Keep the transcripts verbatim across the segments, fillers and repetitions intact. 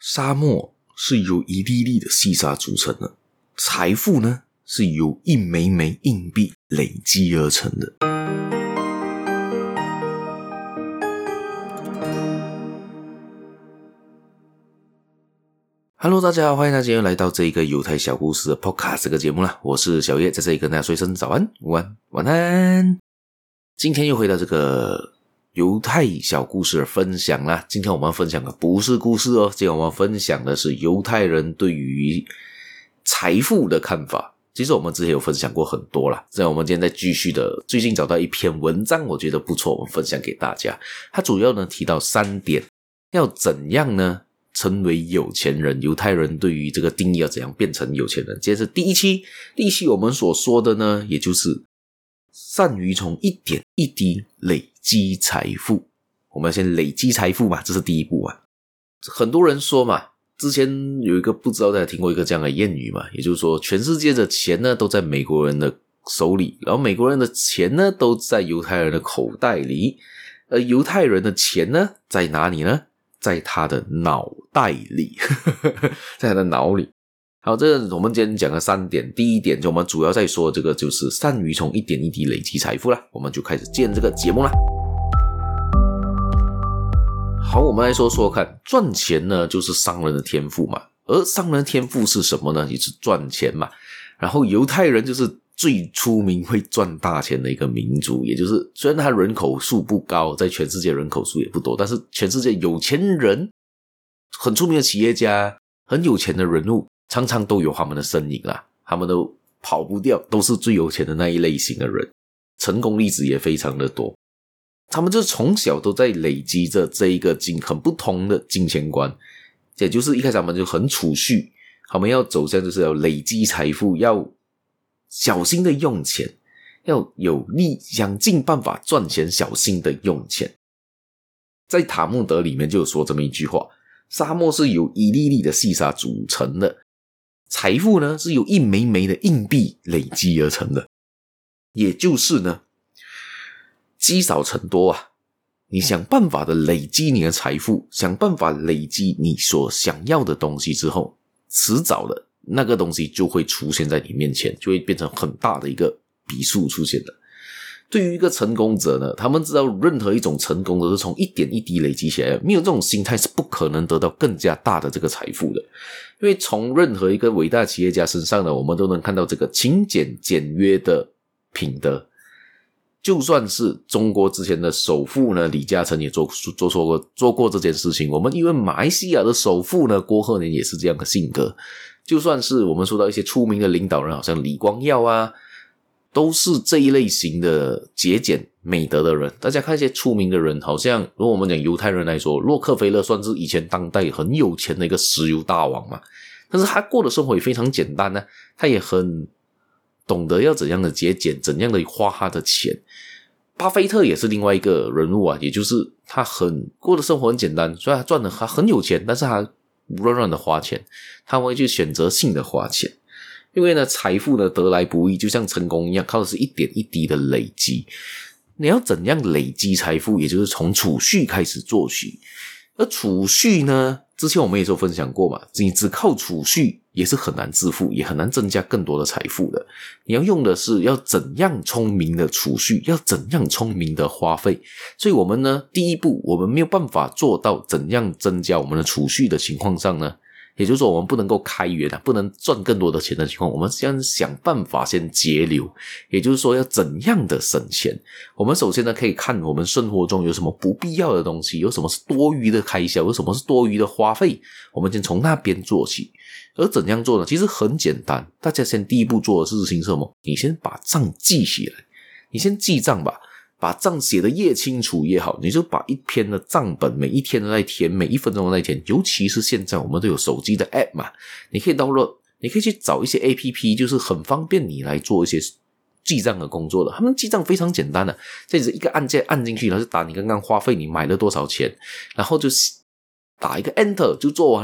沙漠是由一粒粒的细沙组成的，财富呢是由一枚枚硬币累积而成的。Hello， 大家好，欢迎大家来到这一个犹太小故事的 Podcast 这个节目啦，我是小叶，在这里跟大家说一声早安、午安、晚安。今天又回到这个犹太小故事的分享啦。今天我们分享的不是故事哦，今天我们分享的是犹太人对于财富的看法。其实我们之前有分享过很多啦，这样我们今天再继续的，最近找到一篇文章，我觉得不错，我们分享给大家。它主要呢提到三点，要怎样呢成为有钱人，犹太人对于这个定义要怎样变成有钱人。接着第一期，第一期我们所说的呢，也就是善于从一点一滴累积财富。我们先累积财富嘛，这是第一步啊。很多人说嘛，之前有一个不知道大家听过一个这样的谚语嘛，也就是说全世界的钱呢都在美国人的手里，然后美国人的钱呢都在犹太人的口袋里，而犹太人的钱呢在哪里呢？在他的脑袋里在他的脑里。好，这个我们今天讲了三点，第一点就我们主要在说这个就是善于从一点一滴累积财富啦，我们就开始见这个节目啦。好，我们来说说看，赚钱呢就是商人的天赋嘛，而商人的天赋是什么呢？也是赚钱嘛。然后犹太人就是最出名会赚大钱的一个民族，也就是虽然他人口数不高，在全世界人口数也不多，但是全世界有钱人很出名的企业家，很有钱的人物常常都有他们的身影啦，他们都跑不掉，都是最有钱的那一类型的人，成功例子也非常的多。他们就从小都在累积着这一个金很不同的金钱观，也就是一开始他们就很储蓄，他们要走向就是要累积财富，要小心的用钱，要有力想尽办法赚钱，小心的用钱。在塔木德里面就有说这么一句话，沙漠是由一粒粒的细沙组成的，财富呢是由一枚枚的硬币累积而成的。也就是呢积少成多啊，你想办法的累积你的财富，想办法累积你所想要的东西之后，迟早的那个东西就会出现在你面前，就会变成很大的一个笔数出现的。对于一个成功者呢，他们知道任何一种成功都是从一点一滴累积起来的，没有这种心态是不可能得到更加大的这个财富的。因为从任何一个伟大企业家身上呢，我们都能看到这个勤俭简约的品德。就算是中国之前的首富呢，李嘉诚也做做错过做过这件事情。我们因为马来西亚的首富呢，郭鹤年也是这样的性格。就算是我们说到一些出名的领导人，好像李光耀啊，都是这一类型的节俭美德的人。大家看一些出名的人，好像如果我们讲犹太人来说，洛克菲勒算是以前当代很有钱的一个石油大王嘛，但是他过的生活也非常简单呢、啊，他也很懂得要怎样的节俭，怎样的花他的钱。巴菲特也是另外一个人物啊，也就是他很过的生活很简单，虽然他赚的他很有钱，但是他乱乱的花钱，他会去选择性的花钱。因为呢财富呢得来不易，就像成功一样，靠的是一点一滴的累积。你要怎样累积财富，也就是从储蓄开始做起。而储蓄呢，之前我们也有分享过嘛，你只靠储蓄也是很难致富，也很难增加更多的财富的。你要用的是要怎样聪明的储蓄，要怎样聪明的花费。所以我们呢，第一步我们没有办法做到怎样增加我们的储蓄的情况上呢，也就是说我们不能够开源啊，不能赚更多的钱的情况，我们先想办法先节流，也就是说要怎样的省钱。我们首先呢可以看我们生活中有什么不必要的东西，有什么是多余的开销，有什么是多余的花费，我们先从那边做起。而怎样做呢？其实很简单，大家先第一步做的事情是什么？你先把账记起来，你先记账吧，把账写得越清楚越好。你就把一篇的账本每一天都在填，每一分钟都在填。尤其是现在我们都有手机的 app 嘛，你可以 download， 你可以去找一些 A P P， 就是很方便你来做一些记账的工作的。他们记账非常简单的，这是一个按键按进去，然后就打你刚刚花费你买了多少钱，然后就打一个 enter 就做完了。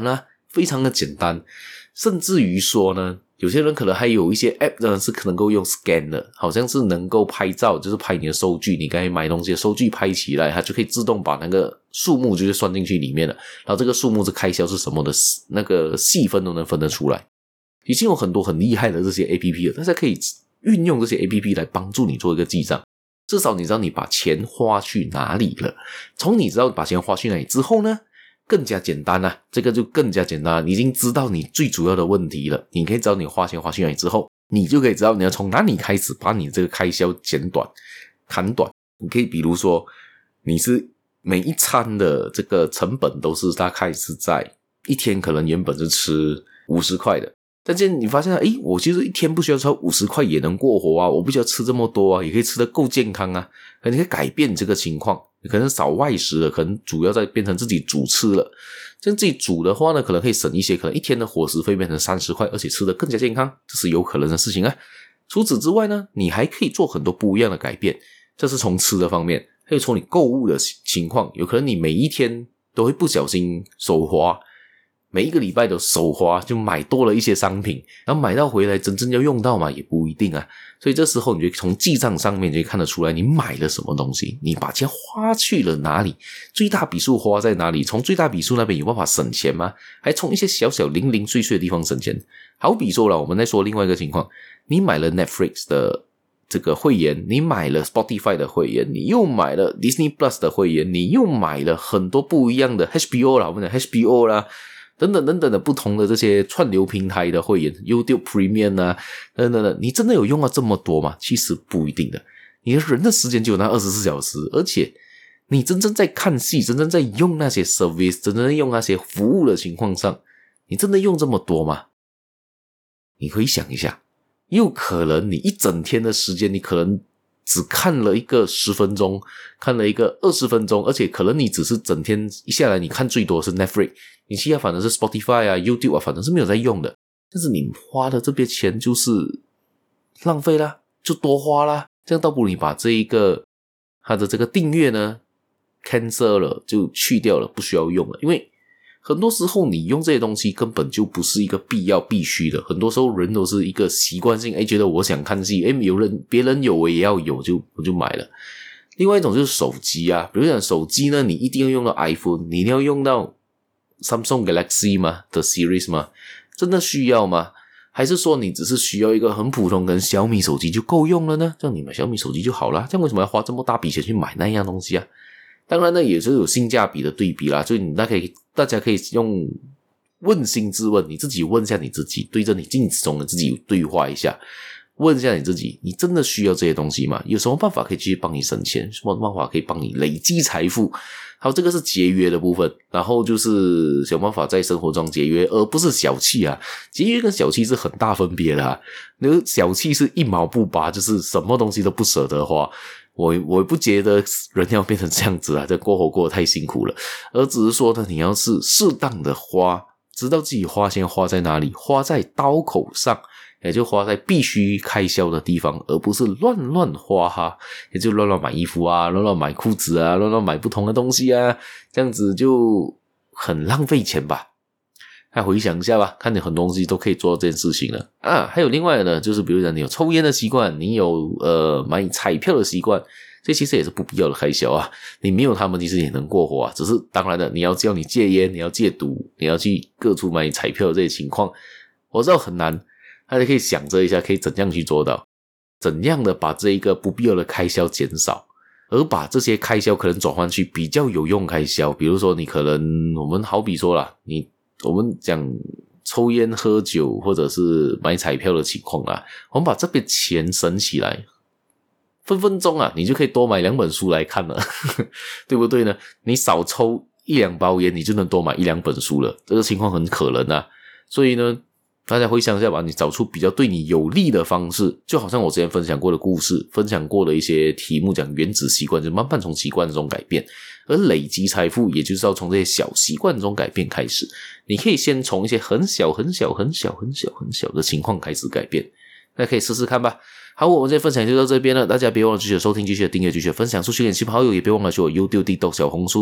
非常的简单，甚至于说呢，有些人可能还有一些 app 呢是可能够用 scan 的，好像是能够拍照，就是拍你的收据，你刚才买东西的收据拍起来，它就可以自动把那个数目就是算进去里面了，然后这个数目是开销是什么的那个细分都能分得出来。已经有很多很厉害的这些 A P P 了，大家可以运用这些 A P P 来帮助你做一个记账，至少你知道你把钱花去哪里了。从你知道把钱花去哪里之后呢，更加简单了，这个就更加简单了，你已经知道你最主要的问题了，你可以知道你花钱花去哪里之后，你就可以知道你要从哪里开始把你这个开销减短砍短。你可以比如说你是每一餐的这个成本都是大概是在一天可能原本是吃五十块的，但是你发现诶我其实一天不需要超五十块也能过活啊，我不需要吃这么多啊，也可以吃得够健康啊，你可以改变这个情况，你可能少外食了，可能主要在变成自己煮吃了，这样自己煮的话呢，可能可以省一些，可能一天的伙食费变成三十块，而且吃得更加健康，这是有可能的事情啊。除此之外呢，你还可以做很多不一样的改变，这是从吃的方面，还有从你购物的情况，有可能你每一天都会不小心手滑，每一个礼拜都手滑，就买多了一些商品，然后买到回来真正要用到嘛，也不一定啊。所以这时候你就从记账上面就可以看得出来，你买了什么东西，你把钱花去了哪里，最大笔数花在哪里，从最大笔数那边有办法省钱吗？还从一些小小零零碎碎的地方省钱。好比说了，我们再说另外一个情况，你买了 Netflix 的这个会员，你买了 Spotify 的会员，你又买了 Disney Plus 的会员，你又买了很多不一样的 H B O 啦，我们讲 H B O 啦等等等等的不同的这些串流平台的会员 YouTube Premium 啊等等的，你真的有用到这么多吗？其实不一定的，你的人的时间就有那二十四小时，而且你真正在看戏，真正在用那些 service， 真正在用那些服务的情况上，你真的用这么多吗？你可以想一下，有可能你一整天的时间，你可能只看了一个十分钟，看了一个二十分钟，而且可能你只是整天一下来你看最多是 Netflix， 你其他反正是 Spotify 啊 YouTube 啊，反正是没有在用的，但是你花的这笔钱就是浪费啦，就多花啦，这样倒不如你把这一个它的这个订阅呢 cancel 了，就去掉了，不需要用了。因为很多时候你用这些东西根本就不是一个必要必须的，很多时候人都是一个习惯性，诶觉得我想看戏，诶有人别人有我也要有，就我就买了。另外一种就是手机啊，比如讲手机呢，你一定要用到 iPhone， 你一定要用到 Samsung Galaxy 吗的 series 吗？真的需要吗？还是说你只是需要一个很普通跟小米手机就够用了呢？这样你买小米手机就好了，这样为什么要花这么大笔钱去买那样东西啊？当然呢，也是有性价比的对比啦，所以你大家可以大家可以用问心自问，你自己问一下你自己，对着你镜子中的自己对话一下，问一下你自己，你真的需要这些东西吗？有什么办法可以去帮你省钱？什么办法可以帮你累积财富？好，这个是节约的部分，然后就是想办法在生活中节约，而不是小气啊。节约跟小气是很大分别的啊。那个小气是一毛不拔，就是什么东西都不舍得花。我我不觉得人要变成这样子啊，这过活过得太辛苦了，而只是说呢，你要是适当的花，知道自己花钱花在哪里，花在刀口上，也就花在必须开销的地方，而不是乱乱花哈，也就乱乱买衣服啊，乱乱买裤子啊，乱乱买不同的东西啊，这样子就很浪费钱吧。再回想一下吧，看你很多东西都可以做到这件事情了啊。还有另外的呢，就是比如讲你有抽烟的习惯，你有呃买彩票的习惯，这其实也是不必要的开销啊。你没有他们其实也能过活啊，只是当然的，你要叫你戒烟，你要戒毒，你要去各处买彩票这些情况，我知道很难，大家可以想着一下可以怎样去做到，怎样的把这一个不必要的开销减少，而把这些开销可能转换去比较有用开销。比如说你可能我们好比说啦，你我们讲抽烟喝酒或者是买彩票的情况啦，我们把这笔钱省起来，分分钟啊你就可以多买两本书来看了对不对呢？你少抽一两包烟，你就能多买一两本书了，这个情况很可能啊。所以呢，大家回想一下吧，你找出比较对你有利的方式，就好像我之前分享过的故事，分享过的一些题目，讲原子习惯，就慢慢从习惯中改变，而累积财富也就是要从这些小习惯中改变开始。你可以先从一些很小很小很小很小很小的情况开始改变，大家可以试试看吧。好，我们今天分享就到这边了，大家别忘了继续收听，继续订阅，继续分享出去给亲朋好友，也别忘了去我 YouTube、TikTok、小红书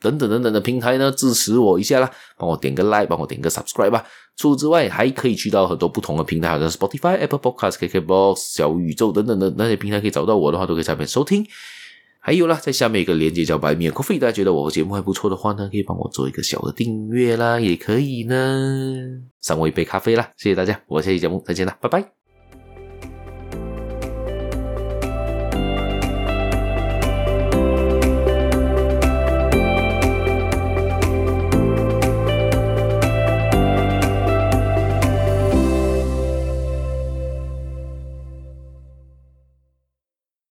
等等等等的平台呢支持我一下啦，帮我点个 like， 帮我点个 subscribe 吧。除此之外，还可以去到很多不同的平台，好像 Spotify、Apple Podcast、K K Box、小宇宙等等的那些平台，可以找到我的话，都可以在那边收听。还有啦，在下面有一个连接叫 Buy Me a Coffee， 大家觉得我的节目还不错的话呢，可以帮我做一个小的订阅啦，也可以呢，赏我一杯咖啡啦，谢谢大家，我下期节目再见啦，拜拜。